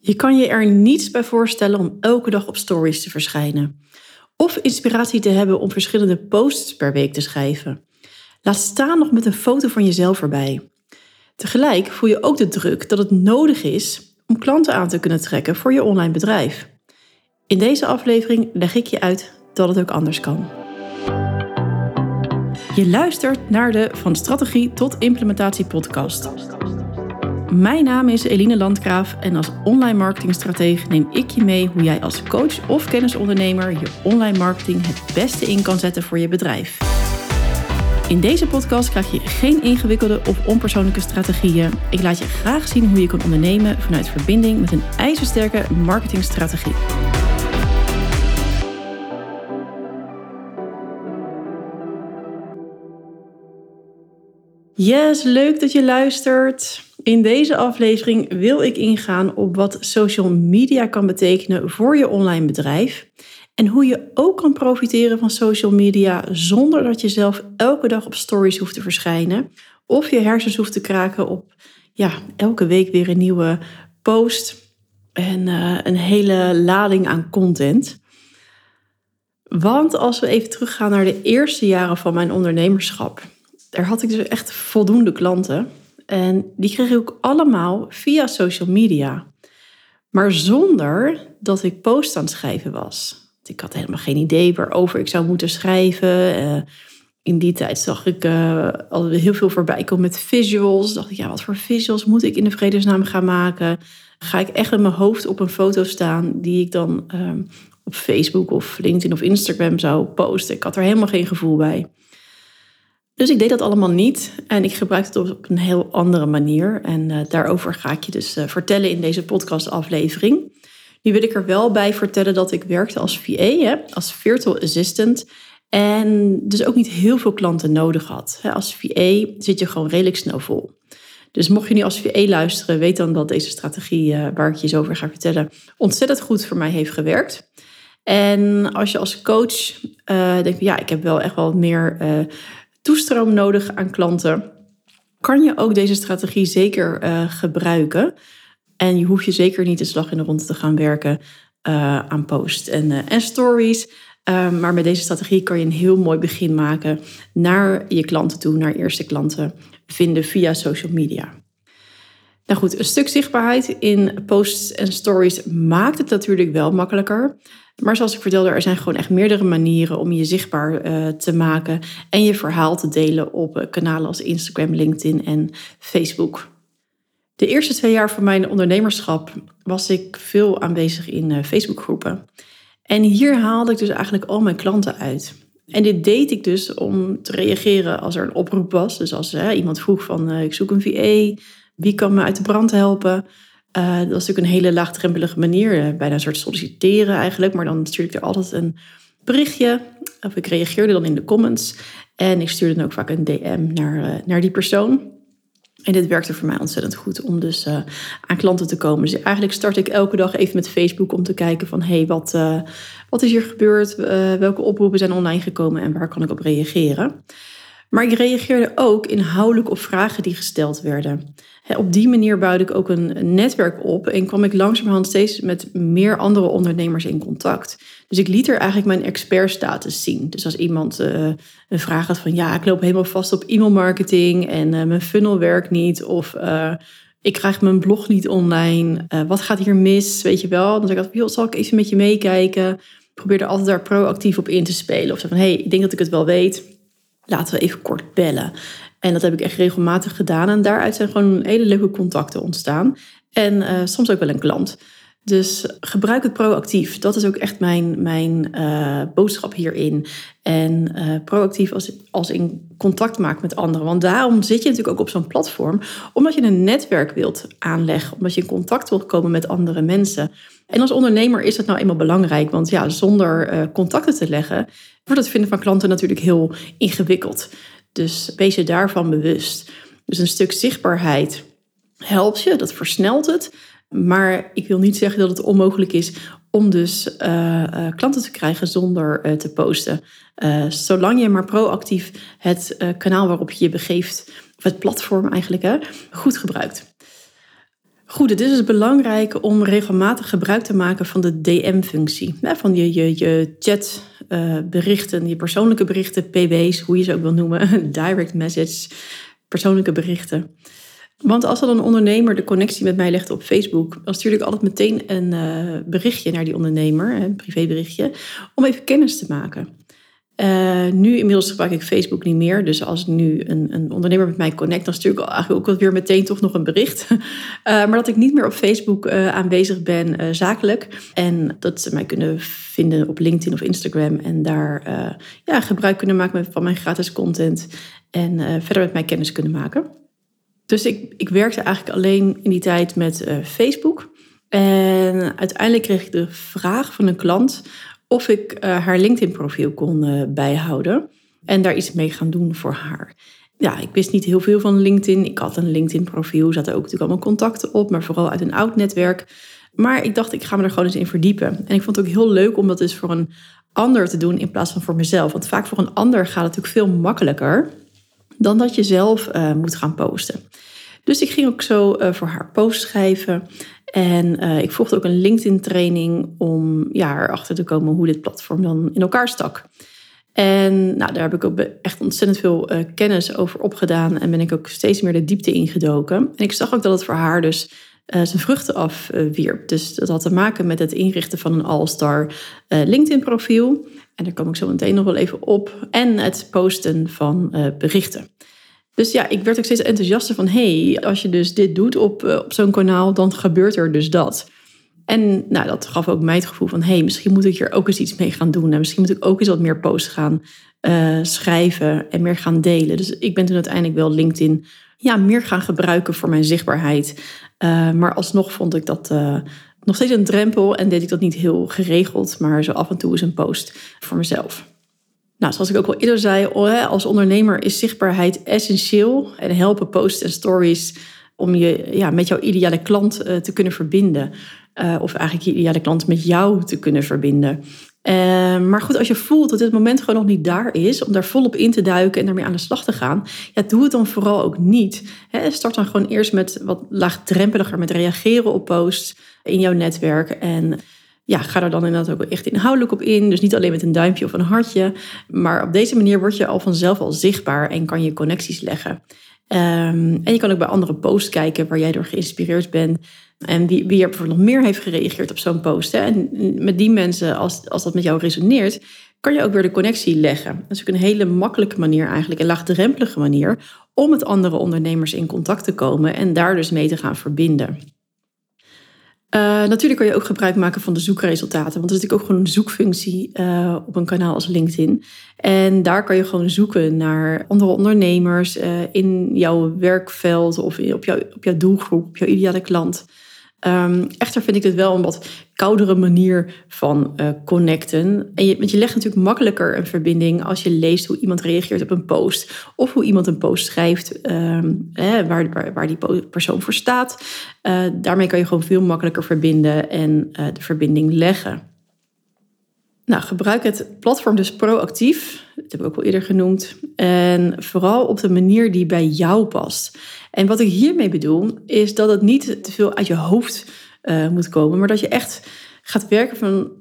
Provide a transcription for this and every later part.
Je kan je er niets bij voorstellen om elke dag op stories te verschijnen. Of inspiratie te hebben om verschillende posts per week te schrijven. Laat staan nog met een foto van jezelf erbij. Tegelijk voel je ook de druk dat het nodig is om klanten aan te kunnen trekken voor je online bedrijf. In deze aflevering leg ik je uit dat het ook anders kan. Je luistert naar de Van Strategie tot Implementatie podcast. Mijn naam is Eline Landgraaf en als online marketingstratege neem ik je mee hoe jij als coach of kennisondernemer je online marketing het beste in kan zetten voor je bedrijf. In deze podcast krijg je geen ingewikkelde of onpersoonlijke strategieën. Ik laat je graag zien hoe je kan ondernemen vanuit verbinding met een ijzersterke marketingstrategie. Yes, leuk dat je luistert. In deze aflevering wil ik ingaan op wat social media kan betekenen voor je online bedrijf. En hoe je ook kan profiteren van social media zonder dat je zelf elke dag op stories hoeft te verschijnen. Of je hersens hoeft te kraken op elke week weer een nieuwe post en een hele lading aan content. Want als we even teruggaan naar de eerste jaren van mijn ondernemerschap, daar had ik dus echt voldoende klanten. En die kreeg ik ook allemaal via social media. Maar zonder dat ik post aan het schrijven was. Ik had helemaal geen idee waarover ik zou moeten schrijven. In die tijd zag ik al heel veel voorbij komen met visuals. Dacht ik, wat voor visuals moet ik in de vredesnaam gaan maken? Ga ik echt met mijn hoofd op een foto staan die ik dan op Facebook of LinkedIn of Instagram zou posten? Ik had er helemaal geen gevoel bij. Dus ik deed dat allemaal niet en ik gebruikte het op een heel andere manier. En daarover ga ik je dus vertellen in deze podcastaflevering. Nu wil ik er wel bij vertellen dat ik werkte als VA, als Virtual Assistant. En dus ook niet heel veel klanten nodig had. Als VA zit je gewoon redelijk snel vol. Dus mocht je nu als VA luisteren, weet dan dat deze strategie waar ik je zo over ga vertellen ontzettend goed voor mij heeft gewerkt. En als je als coach denkt, ik heb wel echt wel meer toestroom nodig aan klanten, kan je ook deze strategie zeker gebruiken. En je hoeft je zeker niet de slag in de ronde te gaan werken aan posts en stories. Maar met deze strategie kan je een heel mooi begin maken naar je klanten toe, naar eerste klanten vinden via social media. Nou goed, een stuk zichtbaarheid in posts en stories maakt het natuurlijk wel makkelijker. Maar zoals ik vertelde, er zijn gewoon echt meerdere manieren om je zichtbaar te maken en je verhaal te delen op kanalen als Instagram, LinkedIn en Facebook. De eerste 2 jaar van mijn ondernemerschap was ik veel aanwezig in Facebookgroepen. En hier haalde ik dus eigenlijk al mijn klanten uit. En dit deed ik dus om te reageren als er een oproep was. Dus als iemand vroeg van ik zoek een VA, wie kan me uit de brand helpen? Dat was natuurlijk een hele laagdrempelige manier, bijna een soort solliciteren eigenlijk. Maar dan stuurde ik er altijd een berichtje, of ik reageerde dan in de comments. En ik stuurde dan ook vaak een DM naar die persoon. En dit werkte voor mij ontzettend goed om dus aan klanten te komen. Dus eigenlijk start ik elke dag even met Facebook om te kijken van wat is hier gebeurd? Welke oproepen zijn online gekomen en waar kan ik op reageren? Maar ik reageerde ook inhoudelijk op vragen die gesteld werden. Op die manier bouwde ik ook een netwerk op en kwam ik langzamerhand steeds met meer andere ondernemers in contact. Dus ik liet er eigenlijk mijn expertstatus zien. Dus als iemand een vraag had van ik loop helemaal vast op e-mailmarketing en mijn funnel werkt niet of ik krijg mijn blog niet online. Wat gaat hier mis, weet je wel? Dan zei ik, zal ik even met je meekijken? Ik probeerde altijd daar proactief op in te spelen. Of zo van, ik denk dat ik het wel weet. Laten we even kort bellen. En dat heb ik echt regelmatig gedaan. En daaruit zijn gewoon hele leuke contacten ontstaan. En soms ook wel een klant. Dus gebruik het proactief. Dat is ook echt mijn boodschap hierin. En proactief als in contact maken met anderen. Want daarom zit je natuurlijk ook op zo'n platform. Omdat je een netwerk wilt aanleggen. Omdat je in contact wilt komen met andere mensen. En als ondernemer is dat nou eenmaal belangrijk. Want zonder contacten te leggen wordt het vinden van klanten natuurlijk heel ingewikkeld. Dus wees je daarvan bewust. Dus een stuk zichtbaarheid helpt je, dat versnelt het. Maar ik wil niet zeggen dat het onmogelijk is om dus klanten te krijgen zonder te posten. Zolang je maar proactief het kanaal waarop je je begeeft, of het platform eigenlijk, goed gebruikt. Goed, het is dus belangrijk om regelmatig gebruik te maken van de DM-functie. Van je chatberichten, je persoonlijke berichten, PB's, hoe je ze ook wil noemen. Direct message, persoonlijke berichten. Want als er dan een ondernemer de connectie met mij legt op Facebook, dan stuur ik altijd meteen een berichtje naar die ondernemer, een privéberichtje, om even kennis te maken. Nu inmiddels gebruik ik Facebook niet meer. Dus als nu een ondernemer met mij connect, dan stuur ik eigenlijk ook weer meteen toch nog een bericht. Maar dat ik niet meer op Facebook aanwezig ben zakelijk. En dat ze mij kunnen vinden op LinkedIn of Instagram. En daar gebruik kunnen maken van mijn gratis content. En verder met mij kennis kunnen maken. Dus ik werkte eigenlijk alleen in die tijd met Facebook. En uiteindelijk kreeg ik de vraag van een klant of ik haar LinkedIn-profiel kon bijhouden en daar iets mee gaan doen voor haar. Ja, ik wist niet heel veel van LinkedIn. Ik had een LinkedIn-profiel, er zaten ook natuurlijk allemaal contacten op, maar vooral uit een oud netwerk. Maar ik dacht, ik ga me er gewoon eens in verdiepen. En ik vond het ook heel leuk om dat dus voor een ander te doen in plaats van voor mezelf. Want vaak voor een ander gaat het natuurlijk veel makkelijker dan dat je zelf moet gaan posten. Dus ik ging ook zo voor haar post schrijven. En ik volgde ook een LinkedIn-training om erachter te komen hoe dit platform dan in elkaar stak. En daar heb ik ook echt ontzettend veel kennis over opgedaan. En ben ik ook steeds meer de diepte ingedoken. En ik zag ook dat het voor haar dus zijn vruchten afwierp. Dus dat had te maken met het inrichten van een all-star LinkedIn-profiel. En daar kom ik zo meteen nog wel even op. En het posten van berichten. Dus ja, ik werd ook steeds enthousiaster van als je dus dit doet op zo'n kanaal, dan gebeurt er dus dat. En dat gaf ook mij het gevoel van misschien moet ik hier ook eens iets mee gaan doen. En misschien moet ik ook eens wat meer posts gaan schrijven en meer gaan delen. Dus ik ben toen uiteindelijk wel LinkedIn meer gaan gebruiken voor mijn zichtbaarheid. Maar alsnog vond ik dat nog steeds een drempel en deed ik dat niet heel geregeld, maar zo af en toe eens een post voor mezelf. Zoals ik ook al eerder zei, als ondernemer is zichtbaarheid essentieel. En helpen posts en stories om je met jouw ideale klant te kunnen verbinden. Of eigenlijk je ideale klant met jou te kunnen verbinden. Maar goed, als je voelt dat dit moment gewoon nog niet daar is, om daar volop in te duiken en daarmee aan de slag te gaan, doe het dan vooral ook niet. Start dan gewoon eerst met wat laagdrempeliger, met reageren op posts in jouw netwerk. En ga er dan inderdaad ook echt inhoudelijk op in. Dus niet alleen met een duimpje of een hartje. Maar op deze manier word je al vanzelf al zichtbaar en kan je connecties leggen. En je kan ook bij andere posts kijken waar jij door geïnspireerd bent. En wie er bijvoorbeeld nog meer heeft gereageerd op zo'n post. Hè. En met die mensen, als dat met jou resoneert, kan je ook weer de connectie leggen. Dat is ook een hele makkelijke manier eigenlijk, een laagdrempelige manier om met andere ondernemers in contact te komen en daar dus mee te gaan verbinden. Natuurlijk kan je ook gebruik maken van de zoekresultaten. Want er is natuurlijk ook gewoon een zoekfunctie op een kanaal als LinkedIn. En daar kan je gewoon zoeken naar andere ondernemers in jouw werkveld of op jouw doelgroep, op jouw ideale klant. Echter vind ik het wel een wat koudere manier van connecten. Want je legt natuurlijk makkelijker een verbinding als je leest hoe iemand reageert op een post. Of hoe iemand een post schrijft waar die persoon voor staat. Daarmee kan je gewoon veel makkelijker verbinden en de verbinding leggen. Gebruik het platform dus proactief. Dat heb ik ook al eerder genoemd. En vooral op de manier die bij jou past. En wat ik hiermee bedoel, is dat het niet te veel uit je hoofd moet komen. Maar dat je echt gaat werken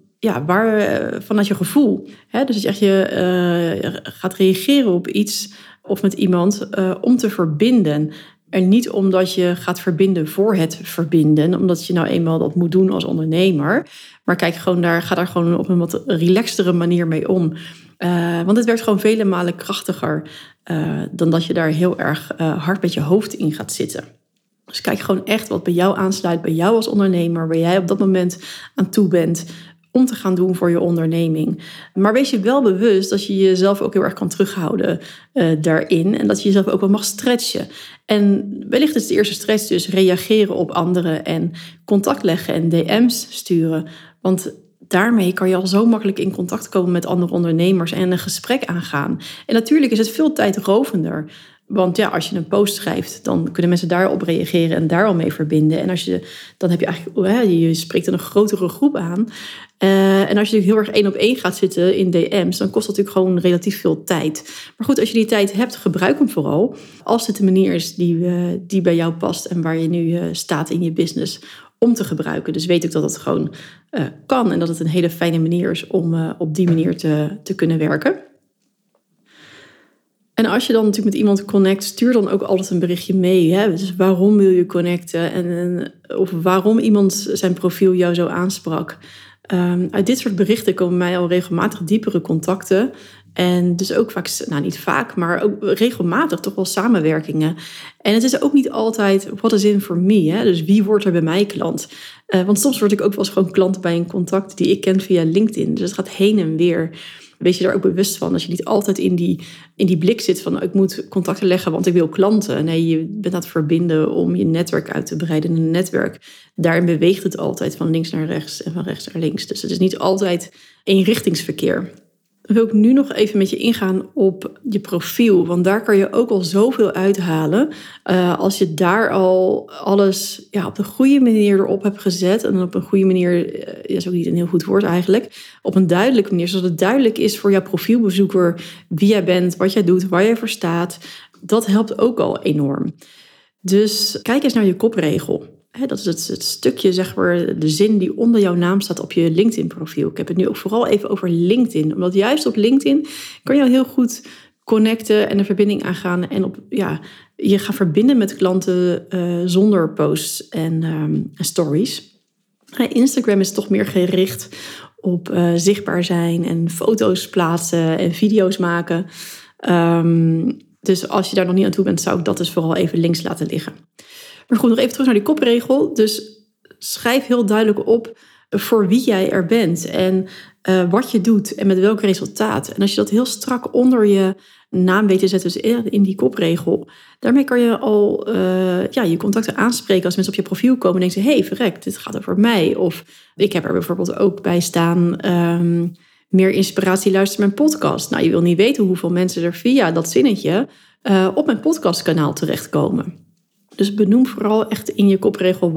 vanuit je gevoel. Dus dat je gaat reageren op iets of met iemand om te verbinden. En niet omdat je gaat verbinden voor het verbinden. Omdat je eenmaal dat moet doen als ondernemer. Maar ga daar gewoon op een wat relaxtere manier mee om. Want het werkt gewoon vele malen krachtiger dan dat je daar heel erg hard met je hoofd in gaat zitten. Dus kijk gewoon echt wat bij jou aansluit, bij jou als ondernemer, waar jij op dat moment aan toe bent om te gaan doen voor je onderneming. Maar wees je wel bewust dat je jezelf ook heel erg kan terughouden daarin. En dat je jezelf ook wel mag stretchen. En wellicht is de eerste stretch dus reageren op anderen en contact leggen en DM's sturen. Want daarmee kan je al zo makkelijk in contact komen met andere ondernemers en een gesprek aangaan. En natuurlijk is het veel tijdrovender Want ja, als je een post schrijft, dan kunnen mensen daarop reageren en daar al mee verbinden. En dan heb je eigenlijk, je spreekt dan een grotere groep aan. En als je heel erg 1-op-1 gaat zitten in DM's, dan kost dat natuurlijk gewoon relatief veel tijd. Maar goed, als je die tijd hebt, gebruik hem vooral. Als dit de manier is die bij jou past en waar je nu staat in je business om te gebruiken. Dus weet ook dat het gewoon kan en dat het een hele fijne manier is om op die manier te kunnen werken. En als je dan natuurlijk met iemand connect, stuur dan ook altijd een berichtje mee. Hè? Dus waarom wil je connecten? Of waarom iemand zijn profiel jou zo aansprak. Uit dit soort berichten komen mij al regelmatig diepere contacten. En dus ook vaak, niet vaak, maar ook regelmatig toch wel samenwerkingen. En het is ook niet altijd what is in for me. Hè? Dus wie wordt er bij mij klant? Want soms word ik ook wel eens gewoon klant bij een contact die ik ken via LinkedIn. Dus het gaat heen en weer. Wees je daar ook bewust van. Dat je niet altijd in die blik zit van ik moet contacten leggen, want ik wil klanten. Nee, je bent aan het verbinden om je netwerk uit te breiden in een netwerk. Daarin beweegt het altijd van links naar rechts en van rechts naar links. Dus het is niet altijd eenrichtingsverkeer. Dan wil ik nu nog even met je ingaan op je profiel. Want daar kan je ook al zoveel uithalen. Als je daar al alles op de goede manier erop hebt gezet. En op een goede manier, is ook niet een heel goed woord eigenlijk. Op een duidelijke manier, zodat het duidelijk is voor jouw profielbezoeker wie jij bent, wat jij doet, waar jij voor staat. Dat helpt ook al enorm. Dus kijk eens naar je kopregel. Dat is het stukje, zeg maar, de zin die onder jouw naam staat op je LinkedIn-profiel. Ik heb het nu ook vooral even over LinkedIn. Omdat juist op LinkedIn kan je heel goed connecten en de verbinding aangaan. En je gaat verbinden met klanten zonder posts en stories. Instagram is toch meer gericht op zichtbaar zijn en foto's plaatsen en video's maken. Dus als je daar nog niet aan toe bent, zou ik dat dus vooral even links laten liggen. Maar goed, nog even terug naar die kopregel. Dus schrijf heel duidelijk op voor wie jij er bent en wat je doet en met welk resultaat. En als je dat heel strak onder je naam weet te zetten, dus in die kopregel, daarmee kan je al je contacten aanspreken als mensen op je profiel komen en denken ze, hey, verrek, dit gaat over mij. Of ik heb er bijvoorbeeld ook bij staan, meer inspiratie, luister mijn podcast. Nou, je wil niet weten hoeveel mensen er via dat zinnetje op mijn podcastkanaal terechtkomen. Dus benoem vooral echt in je kopregel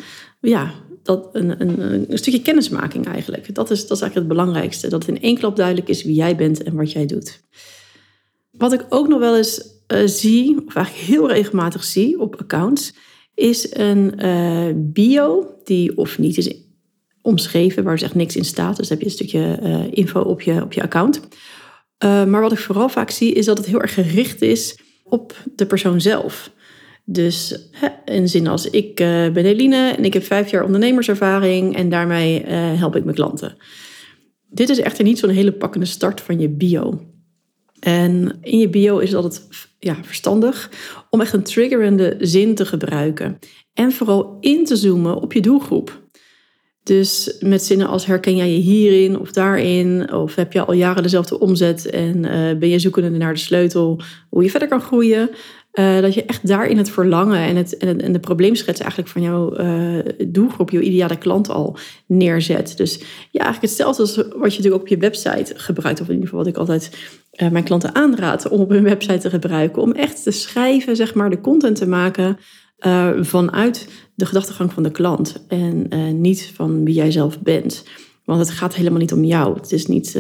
een stukje kennismaking eigenlijk. Dat is eigenlijk het belangrijkste. Dat het in één klap duidelijk is wie jij bent en wat jij doet. Wat ik ook nog wel eens zie, of eigenlijk heel regelmatig zie op accounts, is een bio die of niet is omschreven, waar dus echt niks in staat. Dus dan heb je een stukje info op je account. Maar wat ik vooral vaak zie, is dat het heel erg gericht is op de persoon zelf. Dus in zin als ik ben Eline en ik heb 5 jaar ondernemerservaring en daarmee help ik mijn klanten. Dit is echter niet zo'n hele pakkende start van je bio. En in je bio is het altijd verstandig om echt een triggerende zin te gebruiken. En vooral in te zoomen op je doelgroep. Dus met zinnen als herken jij je hierin of daarin? Of heb je al jaren dezelfde omzet en ben je zoekende naar de sleutel hoe je verder kan groeien? Dat je echt daarin het verlangen en de probleemschets eigenlijk van jouw doelgroep, jouw ideale klant al neerzet. Dus eigenlijk hetzelfde als wat je natuurlijk ook op je website gebruikt. Of in ieder geval wat ik altijd mijn klanten aanraad om op hun website te gebruiken. Om echt te schrijven, zeg maar, de content te maken vanuit de gedachtegang van de klant. En niet van wie jij zelf bent. Want het gaat helemaal niet om jou. Het is niet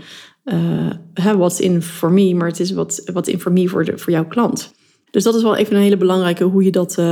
what's in for me, maar het is what's in for me voor jouw klant. Dus dat is wel even een hele belangrijke hoe je dat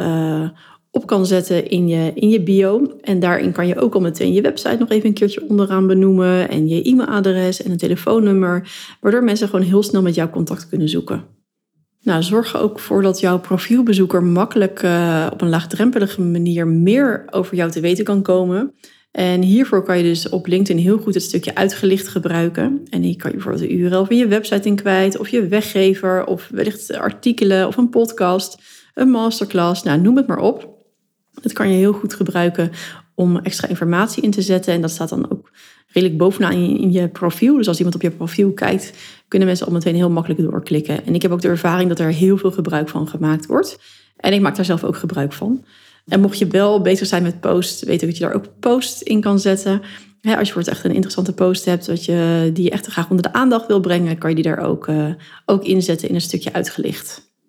op kan zetten in je bio. En daarin kan je ook al meteen je website nog even een keertje onderaan benoemen. En je e-mailadres en een telefoonnummer. Waardoor mensen gewoon heel snel met jou contact kunnen zoeken. Nou, zorg er ook voor dat jouw profielbezoeker makkelijk op een laagdrempelige manier meer over jou te weten kan komen. En hiervoor kan je dus op LinkedIn heel goed het stukje uitgelicht gebruiken. En hier kan je bijvoorbeeld de URL van je website in kwijt, of je weggever, of wellicht artikelen, of een podcast, een masterclass, noem het maar op. Dat kan je heel goed gebruiken om extra informatie in te zetten. En dat staat dan ook redelijk bovenaan in je profiel. Dus als iemand op je profiel kijkt, kunnen mensen al meteen heel makkelijk doorklikken. En ik heb ook de ervaring dat er heel veel gebruik van gemaakt wordt. En ik maak daar zelf ook gebruik van. En mocht je wel bezig zijn met posts, weet ik dat je daar ook posts in kan zetten. Als je voor het echt een interessante post hebt, die je echt graag onder de aandacht wil brengen, kan je die daar ook inzetten in een stukje uitgelicht.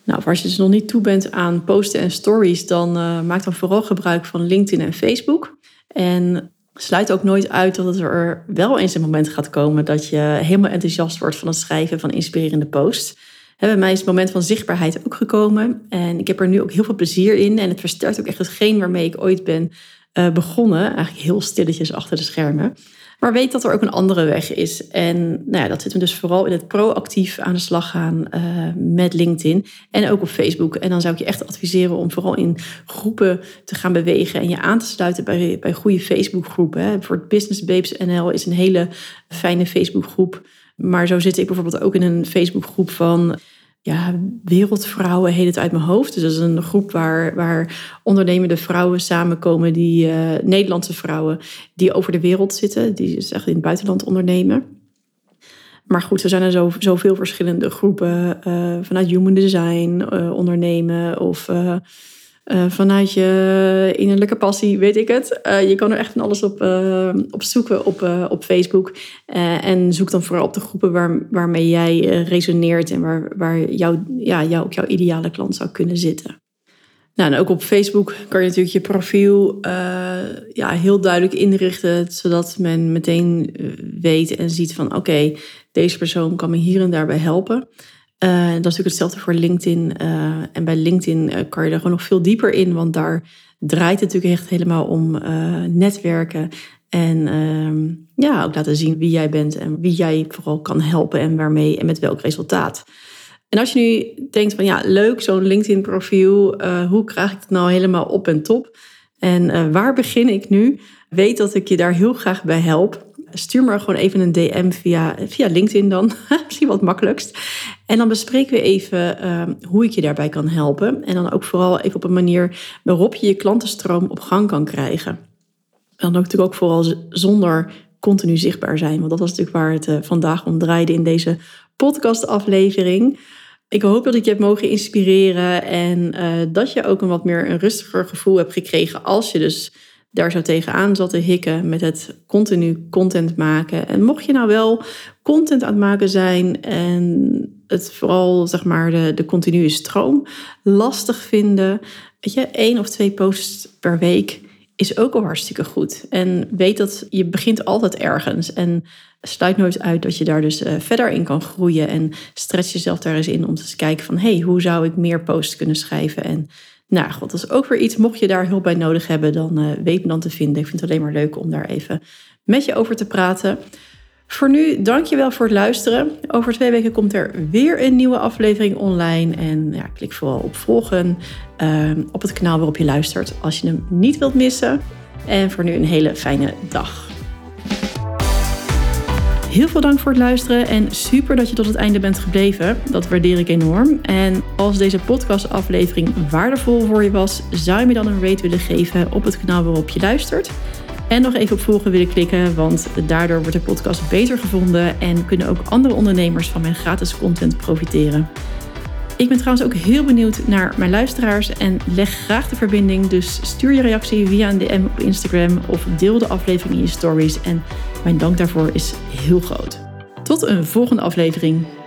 Nou, als je dus nog niet toe bent aan posten en stories, dan maak dan vooral gebruik van LinkedIn en Facebook. En sluit ook nooit uit dat het er wel eens een moment gaat komen dat je helemaal enthousiast wordt van het schrijven van inspirerende posts. Bij mij is het moment van zichtbaarheid ook gekomen. En ik heb er nu ook heel veel plezier in. En het versterkt ook echt hetgeen waarmee ik ooit ben begonnen. Eigenlijk heel stilletjes achter de schermen. Maar weet dat er ook een andere weg is. En dat zit hem dus vooral in het proactief aan de slag gaan met LinkedIn. En ook op Facebook. En dan zou ik je echt adviseren om vooral in groepen te gaan bewegen. En je aan te sluiten bij goede Facebookgroepen. Voor Business Babes NL is een hele fijne Facebookgroep. Maar zo zit ik bijvoorbeeld ook in een Facebookgroep van wereldvrouwen, heet het uit mijn hoofd. Dus dat is een groep waar ondernemende vrouwen samenkomen, die Nederlandse vrouwen die over de wereld zitten, die dus echt in het buitenland ondernemen. Maar goed, er zijn er zoveel verschillende groepen vanuit human design ondernemen of vanuit je innerlijke passie, weet ik het. Je kan er echt van alles op zoeken op Facebook. En zoek dan vooral op de groepen waarmee jij resoneert en waar jouw ideale klant zou kunnen zitten. Nou, en ook op Facebook kan je natuurlijk je profiel heel duidelijk inrichten, zodat men meteen weet en ziet van oké, deze persoon kan me hier en daarbij helpen. Dat is natuurlijk hetzelfde voor LinkedIn. En bij LinkedIn kan je er gewoon nog veel dieper in. Want daar draait het natuurlijk echt helemaal om netwerken. En ook laten zien wie jij bent. En wie jij vooral kan helpen en waarmee en met welk resultaat. En als je nu denkt van leuk zo'n LinkedIn profiel. Hoe krijg ik het nou helemaal op en top? En waar begin ik nu? Weet dat ik je daar heel graag bij help. Stuur me gewoon even een DM via LinkedIn dan. Misschien wat makkelijkst. En dan bespreken we even hoe ik je daarbij kan helpen. En dan ook vooral even op een manier waarop je je klantenstroom op gang kan krijgen. En dan ook natuurlijk ook vooral zonder continu zichtbaar zijn. Want dat was natuurlijk waar het vandaag om draaide in deze podcastaflevering. Ik hoop dat ik je heb mogen inspireren. En dat je ook een rustiger gevoel hebt gekregen als je dus daar zo tegenaan zat te hikken met het continu content maken. En mocht je nou wel content aan het maken zijn en het vooral de continue stroom lastig vinden, 1 of 2 posts per week is ook al hartstikke goed. En weet dat je begint altijd ergens en sluit nooit uit dat je daar dus verder in kan groeien en stretch jezelf daar eens in om te kijken van hoe zou ik meer posts kunnen schrijven. En dat is ook weer iets. Mocht je daar hulp bij nodig hebben, dan weet me dan te vinden. Ik vind het alleen maar leuk om daar even met je over te praten. Voor nu, dankjewel voor het luisteren. Over 2 weken komt er weer een nieuwe aflevering online. En klik vooral op volgen op het kanaal waarop je luistert als je hem niet wilt missen. En voor nu een hele fijne dag. Heel veel dank voor het luisteren en super dat je tot het einde bent gebleven. Dat waardeer ik enorm. En als deze podcastaflevering waardevol voor je was, zou je me dan een rate willen geven op het kanaal waarop je luistert. En nog even op volgen willen klikken, want daardoor wordt de podcast beter gevonden en kunnen ook andere ondernemers van mijn gratis content profiteren. Ik ben trouwens ook heel benieuwd naar mijn luisteraars en leg graag de verbinding. Dus stuur je reactie via een DM op Instagram of deel de aflevering in je stories. En mijn dank daarvoor is heel groot. Tot een volgende aflevering.